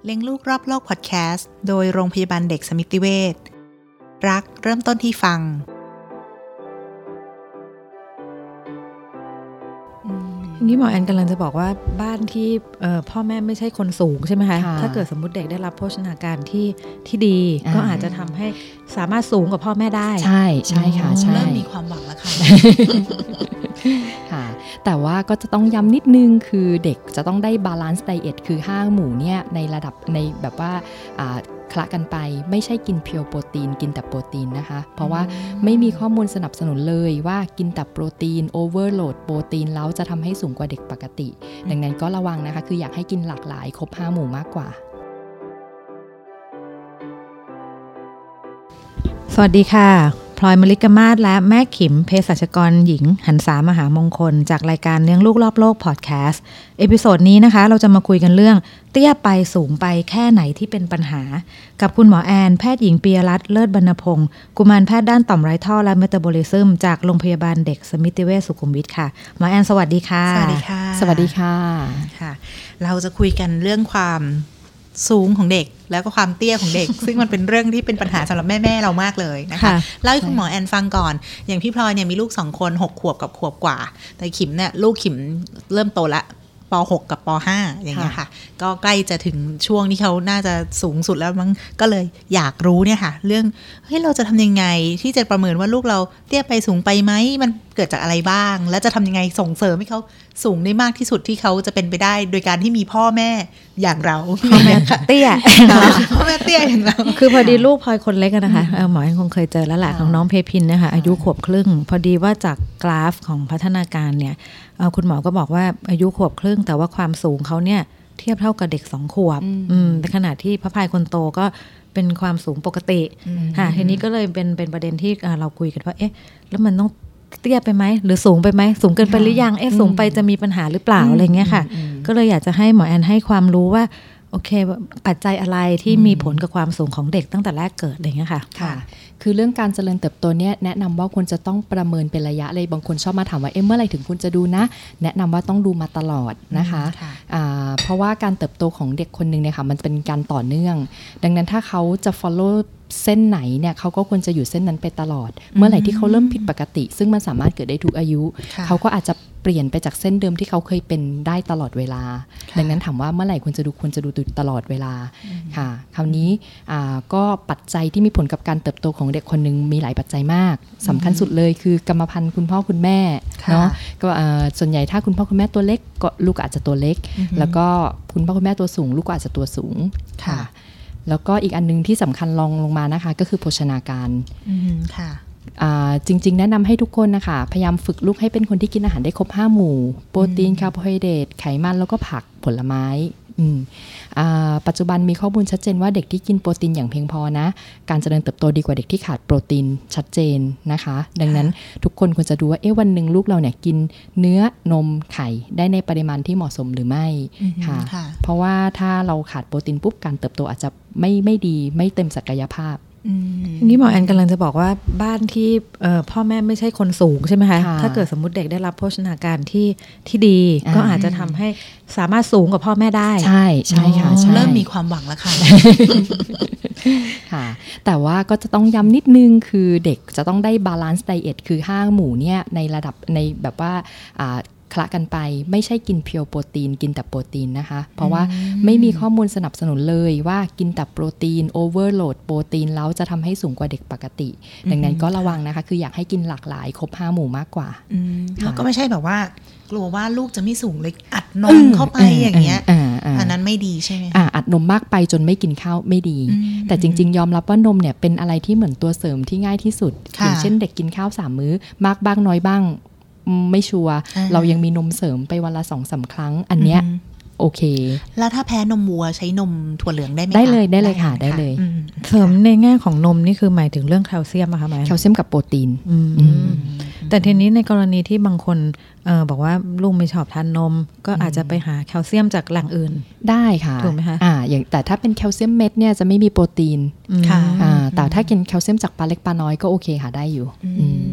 เลี้ยงลูกรอบโลกพอดแคสต์โดยโรงพยาบาลเด็กสมิติเวชรักเริ่มต้นที่ฟังนี่หมอแอนกำลังจะบอกว่าบ้านที่พ่อแม่ไม่ใช่คนสูงใช่ไหมคะถ้าเกิดสมมุติเด็กได้รับโภชนาการที่ดีก็อาจจะทำให้สามารถสูงกว่าพ่อแม่ได้ใช่ใช่ค่ะใช่เริ่มมีความหวังแล้วค่ะค่ะแต่ว่าก็จะต้องย้ำนิดนึงคือเด็กจะต้องได้บาลานซ์ไดเอทคือ5 หมู่เนี่ยในระดับในแบบว่าคละกันไปไม่ใช่กินเพียวโปรตีนกินแต่โปรตีนนะคะเพราะว่าไม่มีข้อมูลสนับสนุนเลยว่ากินแต่โปรตีนโอเวอร์โหลดโปรตีนแล้วจะทำให้สูงกว่าเด็กปกติดังนั้นก็ระวังนะคะคืออยากให้กินหลากหลายครบ5 หมู่มากกว่าสวัสดีค่ะพลอยมลิกมาศและแม่ขิมเภสัชกรหญิงหันษามหามงคลจากรายการเลี้ยงลูกรอบโลกพอดแคสต์เอพิโซดนี้นะคะเราจะมาคุยกันเรื่องเตี้ยไปสูงไปแค่ไหนที่เป็นปัญหากับคุณหมอแอนแพทย์หญิงปียรัตน์เลิศบรรณพงศ์กุมารแพทย์ด้านต่อมไร้ท่อและเมตาบอลิซึมจากโรงพยาบาลเด็กสมิติเวชสุขุมวิทค่ะหมอแอนสวัสดีค่ะสวัสดีค่ะสวัสดีค่ะค่ะเราจะคุยกันเรื่องความสูงของเด็กแล้วก็ความเตี้ยของเด็ก ซึ่งมันเป็นเรื่องที่เป็นปัญหาสำหรับแม่ๆเรามากเลยนะคะเล่าให้คุณหมอแอนฟังก่อนอย่างพี่พลอยเนี่ยมีลูก2 คน6 ขวบกับขวบกว่าแต่ขิมเนี่ยลูกขิมเริ่มโตละป.6 กับป.5 อย่างเงี้ยค่ะก็ใกล้จะถึงช่วงที่เขาน่าจะสูงสุดแล้วมั้งก็เลยอยากรู้เนี่ยค่ะเรื่องเฮ้ยเราจะทำยังไงที่จะประเมินว่าลูกเราเตี้ยไปสูงไปไหมมันเกิดจากอะไรบ้างแล้วจะทำยังไงส่งเสริมให้เขาสูงได้มากที่สุดที่เขาจะเป็นไปได้โดยการที่มีพ่อแม่อย่างเราพ่อแม่เตี้ยพ่อแม่เตี้ยอย่างเราคือพอดีลูกพลอยคนเล็กนะคะหมอคงเคยเจอแล้วแหละของน้องเพพินนะคะอายุขวบครึ่งพอดีว่าจากกราฟของพัฒนาการเนี่ยคุณหมอก็บอกว่าอายุขวบครึ่งแต่ว่าความสูงเขาเนี่ยเทียบเท่ากับเด็ก2 ขวบในขณะที่พระพายคนโตก็เป็นความสูงปกติค่ะทีนี้ก็เลยเป็นประเด็นที่เราคุยกันว่าเอ๊ะแล้วมันต้องเตี้ยไปไหมหรือสูงไปไหมสูงเกินไปหรือยังสูงไปจะมีปัญหาหรือเปล่าอะไรเงี้ยค่ะก็เลยอยากจะให้หมอแอนให้ความรู้ว่าโอเคปัจจัยอะไรที่มีผลกับความสูงของเด็กตั้งแต่แรกเกิดอะไรเงี้ยค่ะค่ะคือเรื่องการเจริญเติบโตเนี่ยแนะนำว่าควรจะต้องประเมินเป็นระยะเลยบางคนชอบมาถามว่าเมื่อไหร่ถึงคุณจะดูนะแนะนำว่าต้องดูมาตลอดนะคะเพราะว่าการเติบโตของเด็กคนนึงเนี่ยค่ะมันเป็นการต่อเนื่องดังนั้นถ้าเขาจะ followเส้นไหนเนี่ยเขาก็ควรจะอยู่เส้นนั้นไปตลอดเมื่อไหร่ที่เขาเริ่มผิดปกติซึ่งมันสามารถเกิดได้ทุกอายุเขาก็อาจจะเปลี่ยนไปจากเส้นเดิมที่เขาเคยเป็นได้ตลอดเวลาดังนั้นถามว่าเมื่อไหร่ควรจะดูตลอดเวลาค่ะคราวนี้ก็ปัจจัยที่มีผลกับการเติบโตของเด็กคนนึงมีหลายปัจจัยมากสำคัญสุดเลยคือกรรมพันธุ์คุณพ่อคุณแม่เนาะก็ส่วนใหญ่ถ้าคุณพ่อคุณแม่ตัวเล็กก็ลูกอาจจะตัวเล็กแล้วก็คุณพ่อคุณแม่ตัวสูงลูกก็อาจจะตัวสูงค่ะแล้วก็อีกอันนึงที่สำคัญลงมานะคะก็คือโภชนาการค่ะจริงๆแนะนำให้ทุกคนนะคะพยายามฝึกลูกให้เป็นคนที่กินอาหารได้ครบ5 หมู่โปรตีนคาร์โบไฮเดรตไขมันแล้วก็ผักผลไม้ปัจจุบันมีข้อมูลชัดเจนว่าเด็กที่กินโปรตีนอย่างเพียงพอนะการเจริญเติบโตดีกว่าเด็กที่ขาดโปรตีนชัดเจนนะคะดังนั้นทุกคนควรจะดูว่าวันหนึ่งลูกเราเนี่ยกินเนื้อนมไข่ได้ในปริมาณที่เหมาะสมหรือไม่ค่ะเพราะว่าถ้าเราขาดโปรตีนปุ๊บการเติบโตอาจจะไม่ดีไม่เต็มศักยภาพนี่หมอแอนกำลังจะบอกว่าบ้านที่พ่อแม่ไม่ใช่คนสูงใช่ไหมคะถ้าเกิดสมมุติเด็กได้รับโภชนาการที่ดีก็อาจจะทำให้สามารถสูงกว่าพ่อแม่ได้ใช่ใช่ค่ะเริ่มมีความหวังแล้วค่ะค่ะแต่ว่าก็จะต้องย้ำนิดนึงคือเด็กจะต้องได้บาลานซ์ไดเอทคือ5 หมู่เนี่ยในระดับในแบบว่าคละกันไปไม่ใช่กินเพียวโปรตีนกินแต่โปรตีนนะคะเพราะว่าไม่มีข้อมูลสนับสนุนเลยว่ากินแต่โปรตีนโอเวอร์โหลดโปรตีนแล้วจะทำให้สูงกว่าเด็กปกติดังนั้นก็ระวังนะคะคืออยากให้กินหลากหลายครบ5 หมู่มากกว่าแล้วก็ไม่ใช่แบบว่ากลัวว่าลูกจะไม่สูงเลยอัดนมเข้าไปอย่างเงี้ยอันนั้นไม่ดีใช่ไหมอัดนมมากไปจนไม่กินข้าวไม่ดีแต่จริงๆยอมรับว่านมเนี่ยเป็นอะไรที่เหมือนตัวเสริมที่ง่ายที่สุดอย่างเช่นเด็กกินข้าว3 มื้อมากบ้างน้อยบ้างไม่ชัวร์เรายังมีนมเสริมไปวันละ 2-3 ครั้งอันเนี้ยโอเคแล้วถ้าแพ้นมวัวใช้นมถั่วเหลืองได้ไหมได้เลยค่ะได้เลยเสริมในแง่ของนมนี่คือหมายถึงเรื่องแคลเซียมอะคะหมายแคลเซียมกับโปรตีนแต่ทีนี้ในกรณีที่บางคนบอกว่าลูกไม่ชอบทานนมก็อาจจะไปหาแคลเซียมจากแหล่งอื่นได้ค่ะถูกไหมคะอย่างแต่ถ้าเป็นแคลเซียมเม็ดเนี่ยจะไม่มีโปรตีนค่ะแต่ถ้ากินแคลเซียมจากปลาเล็กปลาน้อยก็โอเคค่ะได้อยู่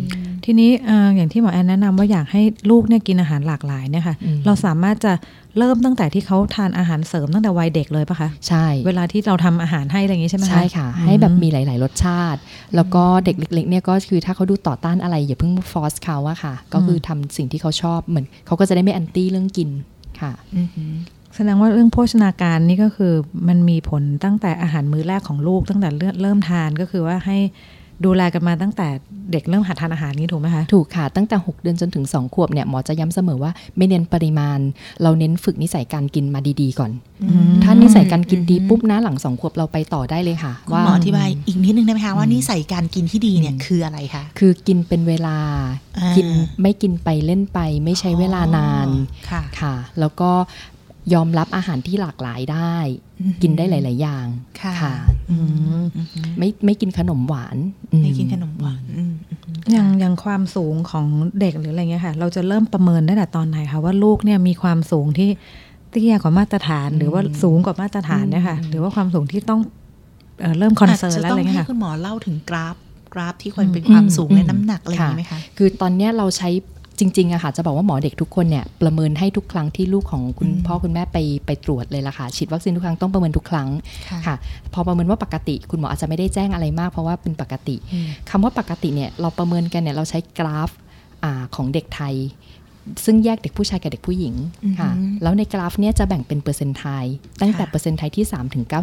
ทีนี้อย่างที่หมอแอนแนะนำว่าอยากให้ลูกเนี่ยกินอาหารหลากหลายเนี่ยค่ะเราสามารถจะเริ่มตั้งแต่ที่เขาทานอาหารเสริมตั้งแต่วัยเด็กเลยปะคะใช่เวลาที่เราทำอาหารให้อะไรอย่างนี้ใช่ไหมคะใช่ค่ะให้แบบมีหลายๆรสชาติแล้วก็เด็กเล็กๆเนี่ยก็คือถ้าเขาดูต่อต้านอะไรอย่าเพิ่งฟอร์สเขาอะค่ะก็คือทำสิ่งที่เขาชอบเหมือนเขาก็จะได้ไม่แอนตี้เรื่องกินค่ะแสดงว่าเรื่องโภชนาการนี่ก็คือมันมีผลตั้งแต่อาหารมื้อแรกของลูกตั้งแต่เริ่มทานก็คือว่าให้ดูแลกันมาตั้งแต่เด็กเริ่มหัดทานอาหารนี้ถูกไหมคะถูกค่ะตั้งแต่6เดือนจนถึง2ขวบเนี่ยหมอจะย้ำเสมอว่าไม่เน้นปริมาณเราเน้นฝึกนิสัยการกินมาดีๆก่อนถ้านิสัยการกินดีปุ๊บนะหลัง2ขวบเราไปต่อได้เลยค่ะว่าหมออธิบายอีกนิดนึงได้ไหมคะว่านิสัยการกินที่ดีเนี่ยคืออะไรคะคือกินเป็นเวลากินไม่กินไปเล่นไปไม่ใช้เวลานานค่ะแล้วก็ยอมรับอาหารที่หลากหลายได้กินได้หลายๆอย่างค่ะไม่กินขนมหวานไม่กินขนมหวานอย่างความสูงของเด็กหรืออะไรเงี้ยค่ะเราจะเริ่มประเมินได้แต่ตอนไหนคะว่าลูกเนี่ยมีความสูงที่เตี้ยกว่ามาตรฐานหรือว่าสูงกว่ามาตรฐานเนี่ยค่ะหรือว่าความสูงที่ต้องเริ่มคอนเซิร์นแล้วอะไรเงี้ยค่ะจะต้องให้คุณหมอเล่าถึงกราฟที่ควรเป็นความสูงและน้ำหนักอะไรอย่างนี้ไหมคะคือตอนนี้เราใช้จริงๆอะค่ะจะบอกว่าหมอเด็กทุกคนเนี่ยประเมินให้ทุกครั้งที่ลูกของคุณพ่อคุณแม่ไปตรวจเลยล่ะค่ะฉีดวัคซีนทุกครั้งต้องประเมินทุกครั้งค่ะพอประเมินว่าปกติคุณหมออาจจะไม่ได้แจ้งอะไรมากเพราะว่าเป็นปกติคำว่าปกติเนี่ยเราประเมินกันเนี่ยเราใช้กราฟของเด็กไทยซึ่งแยกเด็กผู้ชายกับเด็กผู้หญิงค่ะแล้วในกราฟเนี่ยจะแบ่งเป็นเปอร์เซ็นต์ไทยตั้งแต่เปอร์เซ็นต์ไทยที่3ถึง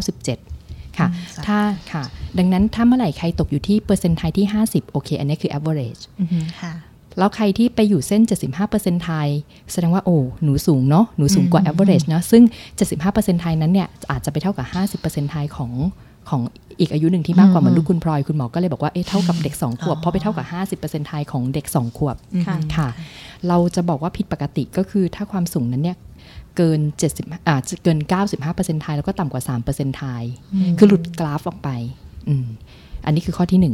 97ค่ะถ้าค่ะดังนั้นถ้าเมื่อไหร่ใครตกอยู่ที่เปอร์เซ็นต์ไทยที่50โอเคอันนี้คือ average ค่ะแล้วใครที่ไปอยู่เส้น 75% ไทยแสดงว่าโอ้หนูสูงเนาะหนูสูงกว่า average นะซึ่ง 75% ไทยนั้นเนี่ยอาจจะไปเท่ากับ 50% ไทยของอีกอายุหนึ่งที่มากกว่าเหมือนลูกคุณพลอยคุณหมอก็เลยบอกว่าเท่ากับเด็ก2ขวบเพราะไปเท่ากับ 50% ไทยของเด็ก2ขวบค่ะเราจะบอกว่าผิดปกติก็คือถ้าความสูงนั้นเนี่ยเกิน70เกิน 95% ไทยแล้วก็ต่ำกว่า 3% ไทยคือหลุดกราฟออกไปอันนี้คือข้อที่1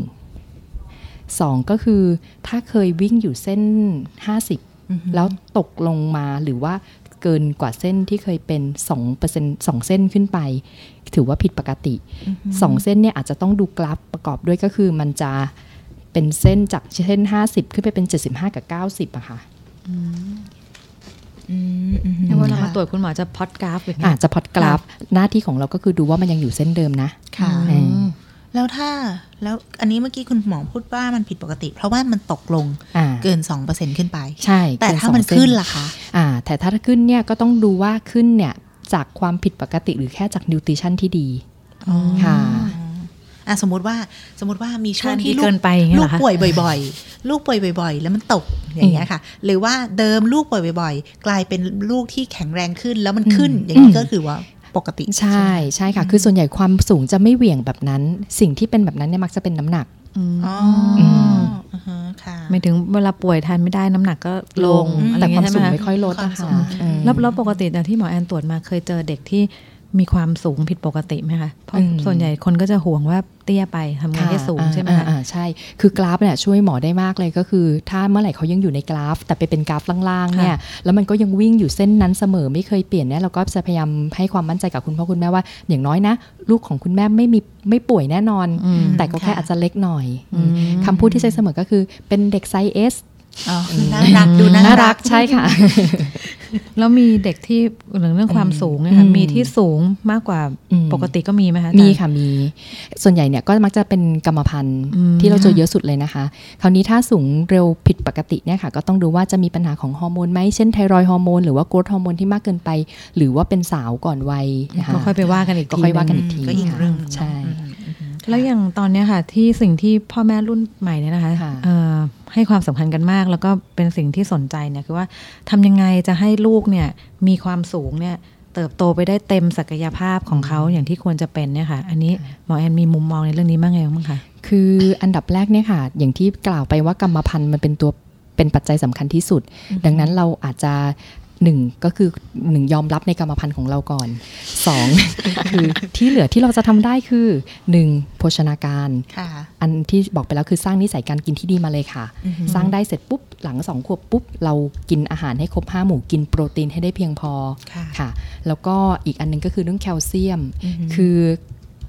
2ก็คือถ้าเคยวิ่งอยู่เส้น50แล้วตกลงมาหรือว่าเกินกว่าเส้นที่เคยเป็น 2% 2เส้นขึ้นไปถือว่าผิดปกติ2เส้นเนี่ยอาจจะต้องดูกราฟประกอบด้วยก็คือมันจะเป็นเส้นจากเส้น50ขึ้นไปเป็น75กับ90อะค่ะเวลามาตรวจคุณหมอจะพล็อตกราฟหรือไงจะพล็อตกราฟหน้าที่ของเราก็คือดูว่ามันยังอยู่เส้นเดิมนะค่ะแล้วอันนี้เมื่อกี้คุณหมอพูดว่ามันผิดปกติเพราะว่ามันตกลงเกิน 2% ขึ้นไปใช่แต่ถ้ามันขึ้นล่ะคะแต่ถ้าขึ้นเนี่ยก็ต้องดูว่าขึ้นเนี่ยจากความผิดปกติหรือแค่จากนิวทริชั่นที่ดีค่ะสมมติว่ามีช่วงที่ลูกป่วยบ่อยๆลูกป่วยบ่อยๆแล้วมันตกอย่างเงี้ยค่ะหรือว่าเดิมลูกป่วยบ่อยๆกลายเป็นลูกที่แข็งแรงขึ้นแล้วมันขึ้นอย่างนี้ก็คือว่าปกติใช่ค่ะคือส่วนใหญ่ความสูงจะไม่เหวี่ยงแบบนั้นสิ่งที่เป็นแบบนั้นเนี่ยมักจะเป็นน้ำหนักหมายถึงเวลาป่วยทานไม่ได้น้ำหนักก็ลงแต่ความสูงไม่ค่อยลดนะคะแล้วปกติที่หมอแอนตรวจมาเคยเจอเด็กที่มีความสูงผิดปกติไหมคะเพราะส่วนใหญ่คนก็จะห่วงว่าเตี้ยไปทำไงให้สูงใช่ไหมคะใช่คือกราฟเนี่ยช่วยหมอได้มากเลยก็คือถ้าเมื่อไหร่เขายังอยู่ในกราฟแต่ไปเป็นกราฟล่างๆเนี่ยแล้วมันก็ยังวิ่งอยู่เส้นนั้นเสมอไม่เคยเปลี่ยนเนี่ยเราก็จะพยายามให้ความมั่นใจกับคุณพ่อคุณแม่ว่าอย่างน้อยนะลูกของคุณแม่ไม่ป่วยแน่นอนแต่ก็แค่อาจจะเล็กหน่อยคำพูดที่ใช้เสมอก็คือเป็นเด็กไซส์ S น่ารักดูน่ารักใช่ค่ะแล้วมีเด็กที่เรื่องความสูงนะคะมีที่สูงมากกว่าปกติก็มีไหมคะมีค่ะมีส่วนใหญ่เนี่ยก็มักจะเป็นกรรมพันธุ์ที่เราเจอเยอะสุดเลยนะคะคราวนี้ถ้าสูงเร็วผิดปกติเนี่ยค่ะก็ต้องดูว่าจะมีปัญหาของฮอร์โมนไหมเช่นไทรอยด์ฮอร์โมนหรือว่าโกรทฮอร์โมนที่มากเกินไปหรือว่าเป็นสาวก่อนวัยก็ค่อยไปว่ากันอีกทีก็อีกเรื่องใช่แล้วอย่างตอนนี้ค่ะที่สิ่งที่พ่อแม่รุ่นใหม่เนี่ยนะคะให้ความสำคัญกันมากแล้วก็เป็นสิ่งที่สนใจเนี่ยคือว่าทำยังไงจะให้ลูกเนี่ยมีความสูงเนี่ยเติบโตไปได้เต็มศักยภาพของเขาอย่างที่ควรจะเป็นเนี่ยค่ะอันนี้หมอแอนมีมุมมองในเรื่องนี้บ้างไงบ้างคะคืออันดับแรกเนี่ยค่ะอย่างที่กล่าวไปว่ากรรมพันธุ์มันเป็นปัจจัยสำคัญที่สุดดังนั้นเราอาจจะ1ก็คือ1ยอมรับในกรรมพันธุ์ของเราก่อน2คือที่เหลือที่เราจะทำได้คือ1โภชนาการอันที่บอกไปแล้วคือสร้างนิสัยการกินที่ดีมาเลยค่ะสร้างได้เสร็จปุ๊บหลัง2ขวบปุ๊บเรากินอาหารให้ครบ5หมู่กินโปรตีนให้ได้เพียงพอค่ะแล้วก็อีกอันนึงก็คือเรื่องแคลเซียมคือ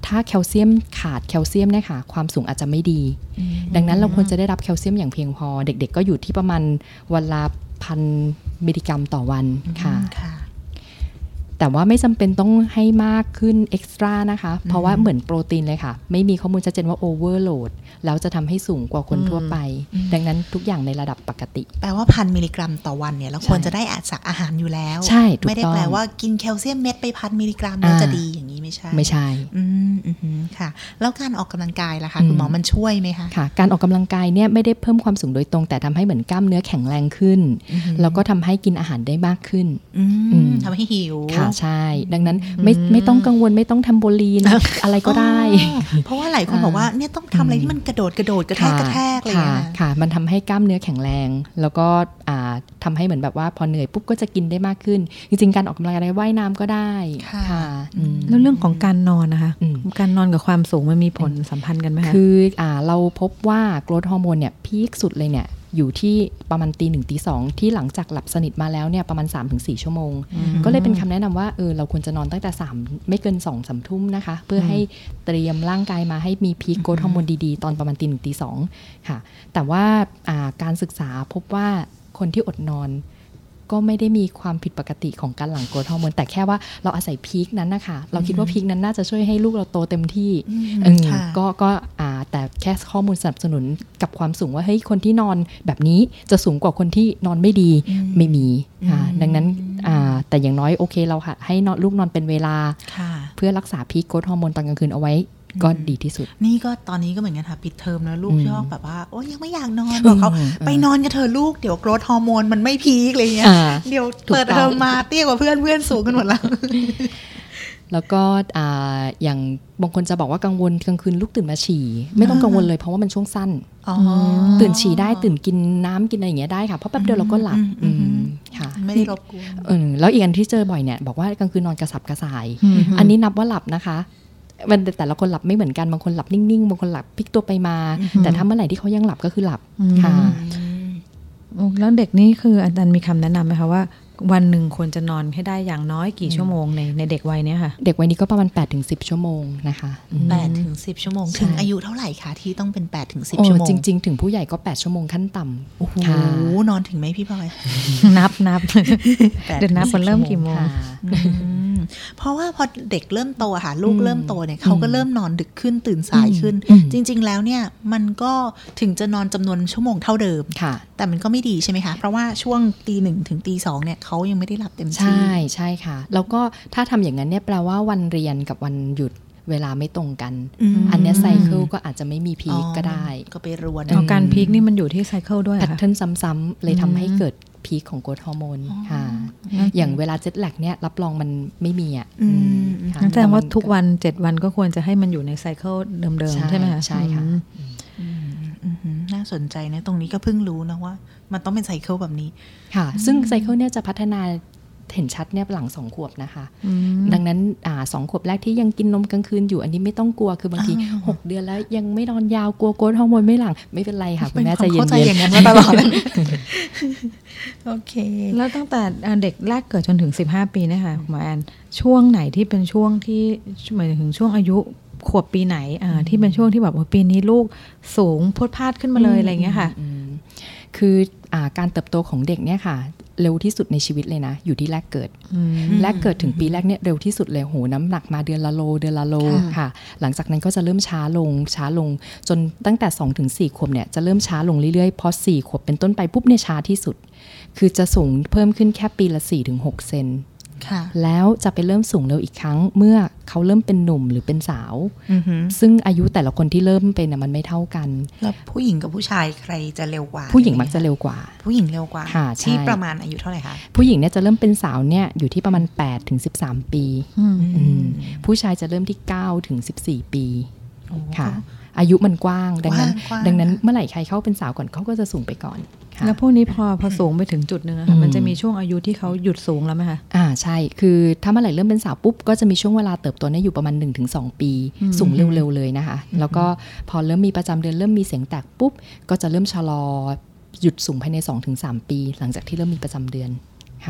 ถ้าแคลเซียมขาดแคลเซียมเนี่ยค่ะความสูงอาจจะไม่ดีดังนั้นเราควรจะได้รับแคลเซียมอย่างเพียงพอเด็กๆก็อยู่ที่ประมาณวันละ1,000 มิลลิกรัมต่อวันค่ะแต่ว่าไม่จำเป็นต้องให้มากขึ้นเอ็กซ์ตร้านะคะเพราะว่าเหมือนโปรตีนเลยค่ะไม่มีข้อมูลชัดเจนว่าโอเวอร์โหลดแล้วจะทำให้สูงกว่าคนทั่วไปดังนั้นทุกอย่างในระดับปกติแปลว่า1,000 มิลลิกรัมต่อวันเนี่ยเราควรจะได้จากอาหารอยู่แล้วใช่ไม่ได้แปลว่ากินแคลเซียมเม็ดไป1,000 มิลลิกรัมแล้วจะดีอย่างนี้ไม่ใช่ค่ะแล้วการออกกำลังกายล่ะคะคุณหมอมันช่วยไหมคะค่ะการออกกำลังกายเนี่ยไม่ได้เพิ่มความสูงโดยตรงแต่ทำให้เหมือนกล้ามเนื้อแข็งแรงขึ้นแล้วก็ทำให้กินอาหารได้มากขึ้นทำให้หิวค่ะใช่ดังนั้นไม่ต้องกังวลไม่ต้องทำโบลีนอะไรก็ได้เพราะว่าหลายคนบอกว่าเนี่ยต้องทำอะไรที่มันกระโดดกระแทกอะไรอย่างเงี้ยค่ะมันทำให้กล้ามเนื้อแข็งแรงแล้วก็ทำให้เหมือนแบบว่าพอเหนื่อยปุ๊บก็จะกินได้มากขึ้นจริงๆการออกกำลังกายว่ายน้ำก็ได้ค่ะแล้วเรื่องของการนอนนะคะการนอนกับความสูงมันมีผลสัมพันธ์กันไหมคะคือเราพบว่าโกรทฮอร์โมนเนี่ยพีคสุดเลยเนี่ยอยู่ที่ประมาณตี 1 ตี 2ที่หลังจากหลับสนิทมาแล้วเนี่ยประมาณ 3-4 ชั่วโมงก็เลยเป็นคำแนะนำว่าเราควรจะนอนตั้งแต่3ไม่เกิน 2-3 ทุ่มนะคะเพื่อให้เตรียมร่างกายมาให้มีพีคโกรทฮอร์โมนดีๆตอนประมาณตี 1 ตี 2ค่ะแต่ว่าการศึกษาพบว่าคนที่อดนอนก็ไม่ได้มีความผิดปกติของการหลั่งโกรทฮอร์โมนแต่แค่ว่าเราอาศัยพีคนั้นนะคะเราคิดว่าพีคนั้นน่าจะช่วยให้ลูกเราโตเต็มที่ก็แต่แค่ข้อมูลสนับสนุนกับความสูงว่าเฮ้ยคนที่นอนแบบนี้จะสูงกว่าคนที่นอนไม่ดีไม่มีดังนั้นแต่อย่างน้อยโอเคเราให้ลูกนอนเป็นเวลาเพื่อรักษาพีคโกรทฮอร์โมนตอนกลางคืนเอาไว้ก็ดีที่สุดนี่ก็ตอนนี้ก็เหมือนกันค่ะปิดเทอมแล้วลูกชอบแบบว่าโอ้ยังไม่อยากนอนบอกเขาไปนอนกันเถอะลูกเดี๋ยวโกรทฮอร์โมนมันไม่พีคอะไรเงี้ยเดี๋ยวเปิดเทอมมาเตี้ยกว่าเพื่อนสูงกันหมดแล้วแล้วก็อย่างบางคนจะบอกว่ากังวลกลางคืนลูกตื่นมาฉี่ไม่ต้องกังวลเลยเพราะว่ามันช่วงสั้นตื่นฉี่ได้ตื่นกินน้ำกินอะไรอย่างเงี้ยได้ค่ะเพราะแป๊บเดียวเราก็หลับค่ะไม่ได้รบกวนแล้วอีกอันที่เจอบ่อยเนี่ยบอกว่ากลางคืนนอนกระสับกระส่ายอันนี้นับว่าหลับนะคะแต่ละคนหลับไม่เหมือนกันบางคนหลับนิ่งๆบางคนหลับพลิกตัวไปมาแต่ถ้าเมื่อไหร่ที่เขายังหลับก็คือหลับค่ะแล้วเด็กนี่คืออาจารย์มีคำแนะนำไหมคะว่าวันหนึ่งควรจะนอนให้ได้อย่างน้อยกี่ชั่วโมงในเด็กวัยนี้ค่ะเด็กวัยนี้ก็ประมาณ 8-10 ชั่วโมงนะคะ 8-10 ชั่วโมงถึงอายุเท่าไหร่คะที่ต้องเป็น 8-10 ชั่วโมงจริงๆถึงผู้ใหญ่ก็8ชั่วโมงขั้นต่ำโอ้โหนอนถึงไหมพี่พลอยนับเดี๋ยวนับมันเริ่มกี่โมงเพราะว่าพอเด็กเริ่มโตค่ะลูกเริ่มโตเนี่ยเขาก็เริ่มนอนดึกขึ้นตื่นสายขึ้นจริงๆแล้วเนี่ยมันก็ถึงจะนอนจำนวนชั่วโมงเท่าเดิมแต่มันก็ไม่ดีใช่ไหมคะเพราะว่าช่วงตี 1 ถึงตี 2เนี่ยเขายังไม่ได้หลับเต็มที่ใช่ค่ะแล้วก็ถ้าทำอย่างนั้นเนี่ยแปลว่าวันเรียนกับวันหยุดเวลาไม่ตรงกันอันนี้ไซเคิลก็อาจจะไม่มีพีคก็ได้ก็ไปรวนการพีคนี่มันอยู่ที่ไซเคิลด้วยแพทเทิร์นซ้ำๆเลยทำให้เกิดพีคของโกรทฮอร์โมนค่ะอย่างเวลาเจ็ตแลกเนี่ยรับรองมันไม่มีแสดงว่าทุกวัน7วันก็ควรจะให้มันอยู่ในไซเคิลเดิมๆใช่ไหมคะใช่ค่ะน่าสนใจนะตรงนี้ก็เพิ่งรู้นะว่ามันต้องเป็นไซเคิลแบบนี้ค่ะซึ่งไซเคิลเนี่ยจะพัฒนาเห็นชัดเนี่ยหลัง2 ขวบนะคะดังนั้น2 ขวบแรกที่ยังกินนมกลางคืนอยู่อันนี้ไม่ต้องกลัวคือบางที6 เดือนแล้วยังไม่นอนยาวกลัวโกรทฮอร์โมนไม่หลั่งไม่เป็นไรค่ะคุณแม่ใจเย็นๆอย่างนั้นมาตลอดโอเคแล้วตั้งแต่เด็กแรกเกิดจนถึง15 ปีนะคะหมอแอนช่วงไหนที่เป็นช่วงที่หมายถึงช่วงอายุขวบปีไหนที่เป็นช่วงที่แบบปีนี้ลูกสูงพรวดพราดขึ้นมาเลยอะไรเงี้ยค่ะคือการเติบโตของเด็กเนี่ยค่ะเร็วที่สุดในชีวิตเลยนะอยู่ที่แรกเกิดถึงปีแรกเนี่ยเร็วที่สุดเลยโหน้ำหนักมาเดือนละโลค่ะหลังจากนั้นก็จะเริ่มช้าลงจนตั้งแต่ 2-4 ขวบเนี่ยจะเริ่มช้าลงเรื่อยๆพอ4 ขวบเป็นต้นไปปุ๊บเนี่ยช้าที่สุดคือจะสูงเพิ่มขึ้นแค่ปีละ 4-6 เซนแล้วจะไปเริ่มสูงเร็วอีกครั้งเมื่อเขาเริ่มเป็นหนุ่มหรือเป็นสาวซึ่งอายุแต่ละคนที่เริ่มเป็นมันไม่เท่ากันแล้วผู้หญิงกับผู้ชายใครจะเร็วกว่าผู้หญิงมักจะเร็วกว่าผู้หญิงเร็วกว่าที่ประมาณอายุเท่าไหร่คะผู้หญิงเนี่ยจะเริ่มเป็นสาวเนี่ยอยู่ที่ประมาณ 8-13 ปีผู้ชายจะเริ่มที่9-14 ปีค่ะอายุมันกว้างดังนั้นเมื่อไหร่ใครเข้าเป็นสาวก่อนเขาก็จะสูงไปก่อนแล้วพวกนี้พอสูงไปถึงจุดนึงนะคะมันจะมีช่วงอายุที่เขาหยุดสูงแล้วไหมคะใช่คือถ้าเมื่อไหร่เริ่มเป็นสาวปุ๊บก็จะมีช่วงเวลาเติบโตเนี่ยอยู่ประมาณ 1-2 ปีสูงเร็วๆเลยนะคะแล้วก็พอเริ่มมีประจำเดือนเริ่มมีเสียงแตกปุ๊บก็จะเริ่มชะลอหยุดสูงภายใน 2-3 ปีหลังจากที่เริ่มมีประจำเดือนค่ะ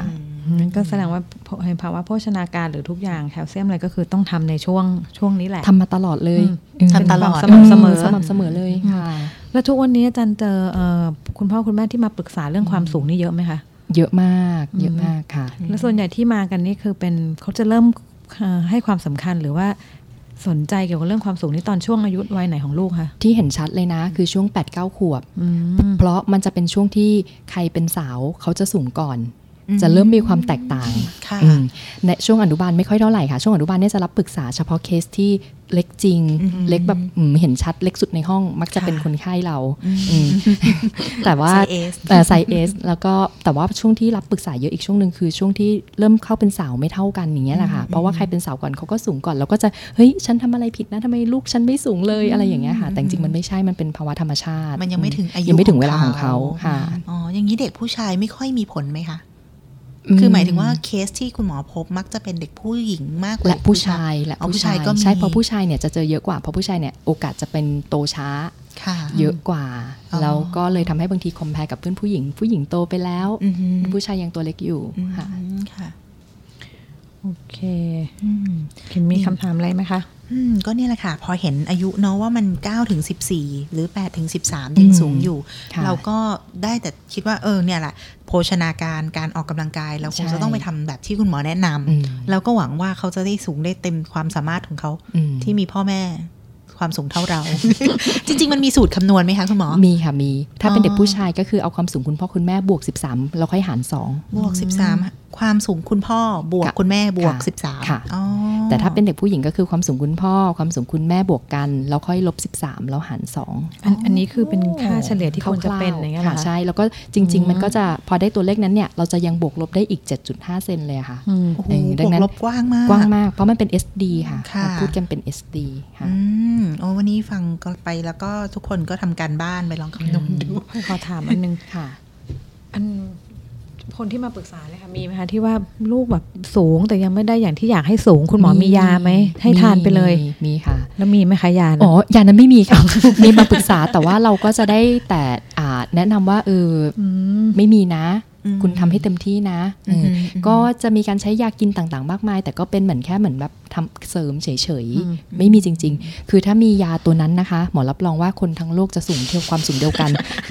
ก็แสดงว่าภาวะโภชนาการหรือทุกอย่างแคลเซียมอะไรก็คือต้องทำในช่วงนี้แหละทำมาตลอดเลยทำตลอดสม่ำเสมอเลยค่ะแล้วทุกวันนี้อาจารย์เจอคุณพ่อคุณแม่ที่มาปรึกษาเรื่องความสูงนี่เยอะไหมคะเยอะมากค่ะแล้วส่วนใหญ่ที่มากันนี่คือเป็นเขาจะเริ่มให้ความสำคัญหรือว่าสนใจเกี่ยวกับเรื่องความสูงนี่ตอนช่วงอายุวัยไหนของลูกคะที่เห็นชัดเลยนะคือช่วง 8-9 ขวบเพราะมันจะเป็นช่วงที่ใครเป็นสาวเขาจะสูงก่อนจะเริ่มมีความแตกต่างในช่วงอนุบาลไม่ค่อยเท่าไหร่ค่ะช่วงอนุบาลเนี่ยจะรับปรึกษาเฉพาะเคสที่เล็กจริงเล็กแบบเห็นชัดเล็กสุดในห้องมักจะเป็นคนไข้เราแต่ว่าไซส์ S แล้วก็แต่ว่าช่วงที่รับปรึกษาเยอะอีกช่วงนึงคือช่วงที่เริ่มเข้าเป็นสาวไม่เท่ากันอย่างเงี้ยแหละค่ะเพราะว่าใครเป็นสาวก่อนเขาก็สูงก่อนแล้วก็จะเฮ้ยฉันทำอะไรผิดนะทำไมลูกฉันไม่สูงเลยอะไรอย่างเงี้ยค่ะแต่จริงมันไม่ใช่มันเป็นภาวะธรรมชาติมันยังไม่ถึงอายุยังไม่ถึงเวลาของเขาค่ะอ๋ออย่างนี้เด็กผู้ชายไม่ค่อยมีผลไหมคะคือหมายถึงว่าเคสที่คุณหมอพบมักจะเป็นเด็กผู้หญิงมากกว่าและผู้ชายก็ใช่เพราะผู้ชายเนี่ยจะเจอเยอะกว่าเพราะผู้ชายเนี่ยโอกาสจะเป็นโตช้าเยอะกว่าแล้วก็เลยทำให้บางทีคอมแพร์กับเพื่อนผู้หญิงโตไปแล้วผู้ชายยังตัวเล็กอยู่ค่ะโอเคมีคำถามอะไรไหมคะก็เนี่ยแหละค่ะพอเห็นอายุเนาะว่ามัน9ถึง14หรือ8ถึง13ยังสูงอยู่เราก็ได้แต่คิดว่าเนี่ยแหละโภชนาการการออกกำลังกายเราคงจะต้องไปทำแบบที่คุณหมอแนะนำแล้วก็หวังว่าเขาจะได้สูงได้เต็มความสามารถของเขาที่มีพ่อแม่ความสูงเท่าเรา จริงๆมันมีสูตรคำนวณไหมคะคุณหมอมีค่ะมีถ้าเป็นเด็กผู้ชายก็คือเอาความสูงคุณพ่อคุณแม่บวก13แล้วค่อยหาร2 บวก13ความสูงคุณพ่อบวกคุณแม่บวก13 ค่ะแต่ถ้าเป็นเด็กผู้หญิงก็คือความสูงคุณพ่อความสูงคุณแม่บวกกันแล้วค่อยลบ13แล้วหาร2 อันนี้คือเป็นค่าเฉลี่ยที่ควรจะเป็นอย่างเงี้ยค่ะใช่แล้วก็จริงๆมันก็จะพอได้ตัวเลขนั้นเนี่ยเราจะยังบวกลบได้อีก 7.5 เซนเลยค่ะบวกลบกว้างมากเพราะมันเป็น SD ค่ะพูดกันเป็น SD ค่ะวันนี้ฟังก็ไปแล้วก็ทุกคนก็ทำการบ้านไปลองคำนวณดูขอถามอันนึงค่ะอันคนที่มาปรึกษาเลยค่ะมีไหมคะที่ว่าลูกแบบสูงแต่ยังไม่ได้อย่างที่อยากให้สูงคุณหมอมียาไหมให้ทานไปเลยมีค่ะแล้วมีไหมคะยาอ๋อยานั้นไม่มีค่ะมีมาปรึกษาแต่ว่าเราก็จะได้แต่แนะนำว่าไม่มีนะคุณทำให้เต็มที่นะก็จะมีการใช้ยากินต่างๆมากมายแต่ก็เป็นเหมือนแค่เหมือนแบบทำเสริมเฉยๆไม่มีจริงๆคือถ้ามียาตัวนั้นนะคะหมอรับรองว่าคนทั้งโลกจะสูงเท่าความสูงเดียวกันคือ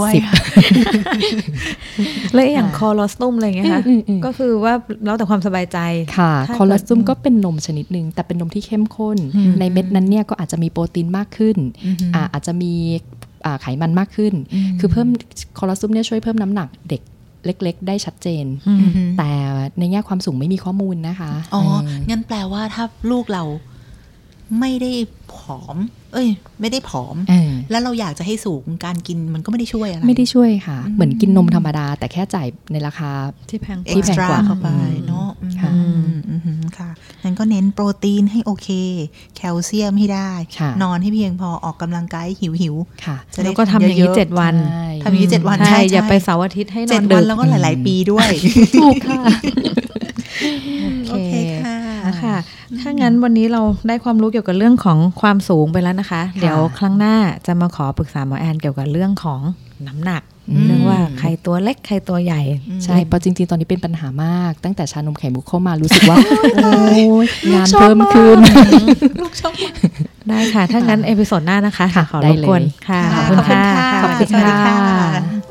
180แล้วอย่างคอลอสตุมอะไรเงี้ยค่ะก็คือว่าแล้วแต่ความสบายใจค่ะคอลอสตุมก็เป็นนมชนิดนึงแต่เป็นนมที่เข้มข้นในเม็ดนั้นเนี่ยก็อาจจะมีโปรตีนมากขึ้นอาจจะมีไขมันมากขึ้นคือเพิ่มคอลอสตุมเนี่ยช่วยเพิ่มน้ำหนักเด็กเล็กๆได้ชัดเจนแต่ในแง่ความสูงไม่มีข้อมูลนะคะงั้นแปลว่าถ้าลูกเราไม่ได้ผอมไม่ได้ผอมแล้วเราอยากจะให้สูงการกินมันก็ไม่ได้ช่วยอะไรไม่ได้ช่วยค่ะเหมือนกินนมธรรมดาแต่แค่จ่ายในราคาที่แพงกว่าเข้าไปเนาะค่ะงั้นก็เน้นโปรตีนให้โอเคแคลเซียมให้ได้นอนให้เพียงพอออกกำลังกายหิวๆแล้วก็ทำอย่างนี้7 วันทำอย่างนี้7 วันใช่อย่าไปเสาร์อาทิตย์ให้นอน 7 วันแล้วก็หลายๆปีด้วยถูกค่ะโอเคค่ะถ้างั้นวันนี้เราได้ความรู้เกี่ยวกับเรื่องของความสูงไปแล้วนะคะเดี๋ยวครั้งหน้าจะมาขอปรึกษาหมอแอนเกี่ยวกับเรื่องของน้ำหนักเรื่องว่าใครตัวเล็กใครตัวใหญ่ใช่เพราะจริงๆตอนนี้เป็นปัญหามากตั้งแต่ชานมไข่มุกเข้ามารู้สึกว่า งานเพิ่มขึ้นได้ค่ะถ้างั้นเอพิโซดหน้านะคะขอรบกวนค่ะขอบคุณค่ะ